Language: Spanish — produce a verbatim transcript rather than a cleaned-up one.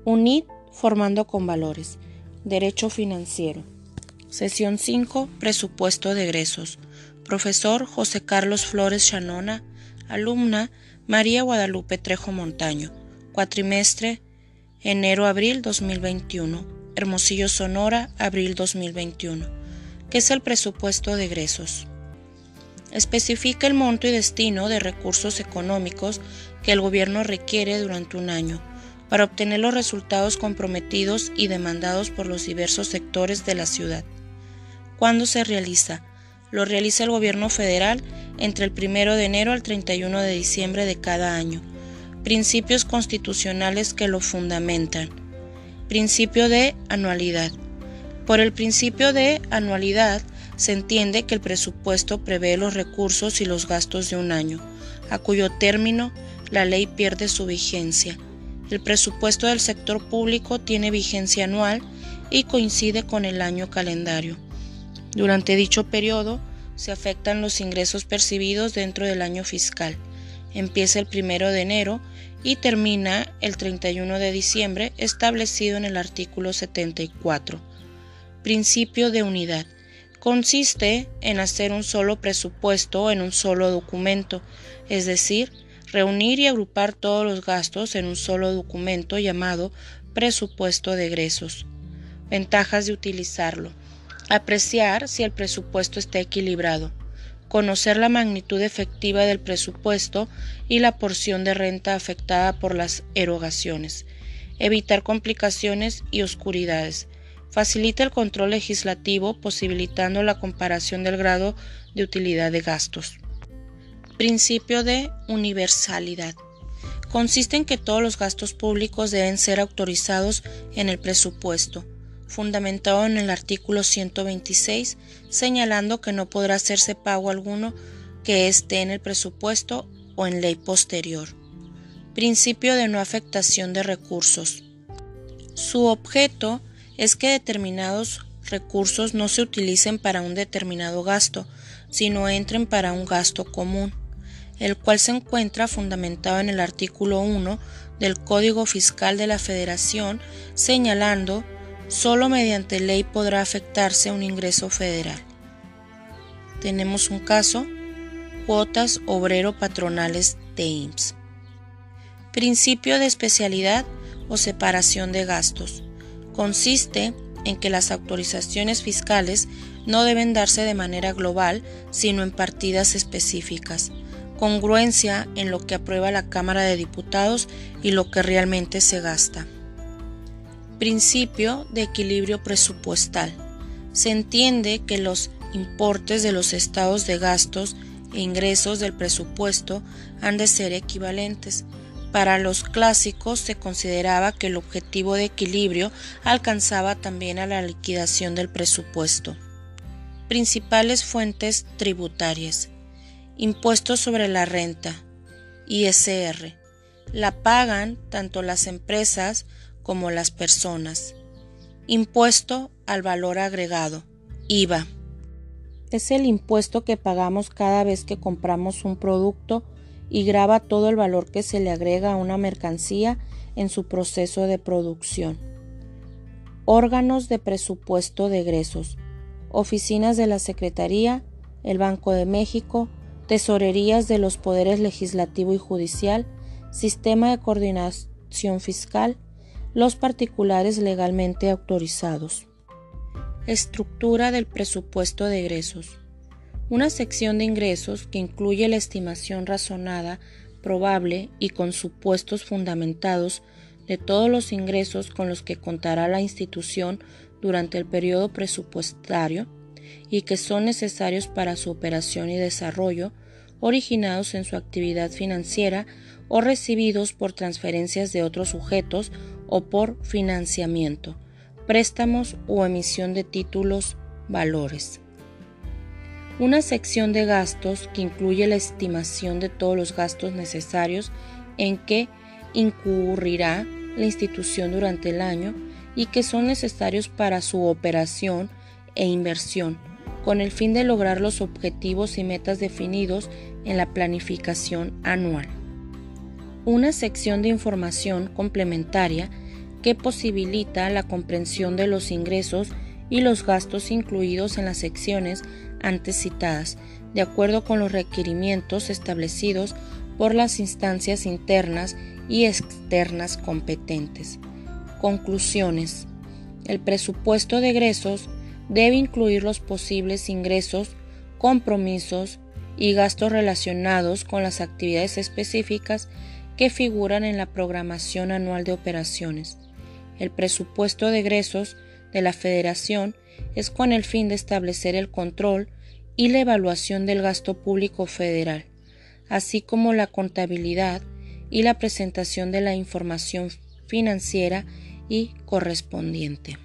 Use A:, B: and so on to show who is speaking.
A: U N I T formando con valores. Derecho financiero. Sesión cinco. Presupuesto de egresos. Profesor José Carlos Flores Chanona. Alumna María Guadalupe Trejo Montaño. Cuatrimestre enero-abril dos mil veintiuno. Hermosillo, Sonora, abril dos mil veintiuno. ¿Qué es el presupuesto de egresos? Especifica el monto y destino de recursos económicos que el gobierno requiere durante un año para obtener los resultados comprometidos y demandados por los diversos sectores de la ciudad. ¿Cuándo se realiza? Lo realiza el gobierno federal entre el primero de enero al treinta y uno de diciembre de cada año. Principios constitucionales que lo fundamentan. Principio de anualidad. Por el principio de anualidad se entiende que el presupuesto prevé los recursos y los gastos de un año, a cuyo término la ley pierde su vigencia. El presupuesto del sector público tiene vigencia anual y coincide con el año calendario. Durante dicho periodo se afectan los ingresos percibidos dentro del año fiscal. Empieza el primero de enero y termina el treinta y uno de diciembre, establecido en el artículo setenta y cuatro. Principio de unidad. Consiste en hacer un solo presupuesto en un solo documento, es decir, reunir y agrupar todos los gastos en un solo documento llamado presupuesto de egresos. Ventajas de utilizarlo. Apreciar si el presupuesto está equilibrado. Conocer la magnitud efectiva del presupuesto y la porción de renta afectada por las erogaciones. Evitar complicaciones y oscuridades. Facilita el control legislativo, posibilitando la comparación del grado de utilidad de gastos. Principio de universalidad. Consiste en que todos los gastos públicos deben ser autorizados en el presupuesto, fundamentado en el artículo ciento veintiséis, señalando que no podrá hacerse pago alguno que esté en el presupuesto o en ley posterior. Principio de no afectación de recursos. Su objeto es que determinados recursos no se utilicen para un determinado gasto, sino entren para un gasto común, el cual se encuentra fundamentado en el artículo uno del Código Fiscal de la Federación, señalando solo mediante ley podrá afectarse un ingreso federal. Tenemos un caso: cuotas obrero-patronales de I M S S. Principio de especialidad o separación de gastos. Consiste en que las autorizaciones fiscales no deben darse de manera global, sino en partidas específicas. Congruencia en lo que aprueba la Cámara de Diputados y lo que realmente se gasta. Principio de equilibrio presupuestal. Se entiende que los importes de los estados de gastos e ingresos del presupuesto han de ser equivalentes. Para los clásicos se consideraba que el objetivo de equilibrio alcanzaba también a la liquidación del presupuesto. Principales fuentes tributarias. Impuestos sobre la renta, I S R. La pagan tanto las empresas como las personas. Impuesto al valor agregado, I V A. Es el impuesto que pagamos cada vez que compramos un producto y grava todo el valor que se le agrega a una mercancía en su proceso de producción. Órganos de presupuesto de egresos. Oficinas de la Secretaría, el Banco de México, tesorerías de los poderes legislativo y judicial, sistema de coordinación fiscal, los particulares legalmente autorizados. Estructura del presupuesto de egresos. Una sección de ingresos que incluye la estimación razonada, probable y con supuestos fundamentados de todos los ingresos con los que contará la institución durante el periodo presupuestario y que son necesarios para su operación y desarrollo, originados en su actividad financiera o recibidos por transferencias de otros sujetos o por financiamiento, préstamos o emisión de títulos, valores. Una sección de gastos que incluye la estimación de todos los gastos necesarios en que incurrirá la institución durante el año y que son necesarios para su operación e inversión, con el fin de lograr los objetivos y metas definidos en la planificación anual. Una sección de información complementaria que posibilita la comprensión de los ingresos y los gastos incluidos en las secciones antes citadas, de acuerdo con los requerimientos establecidos por las instancias internas y externas competentes. Conclusiones. El presupuesto de egresos debe incluir los posibles ingresos, compromisos y gastos relacionados con las actividades específicas que figuran en la programación anual de operaciones. El presupuesto de egresos de la Federación es con el fin de establecer el control y la evaluación del gasto público federal, así como la contabilidad y la presentación de la información financiera y correspondiente.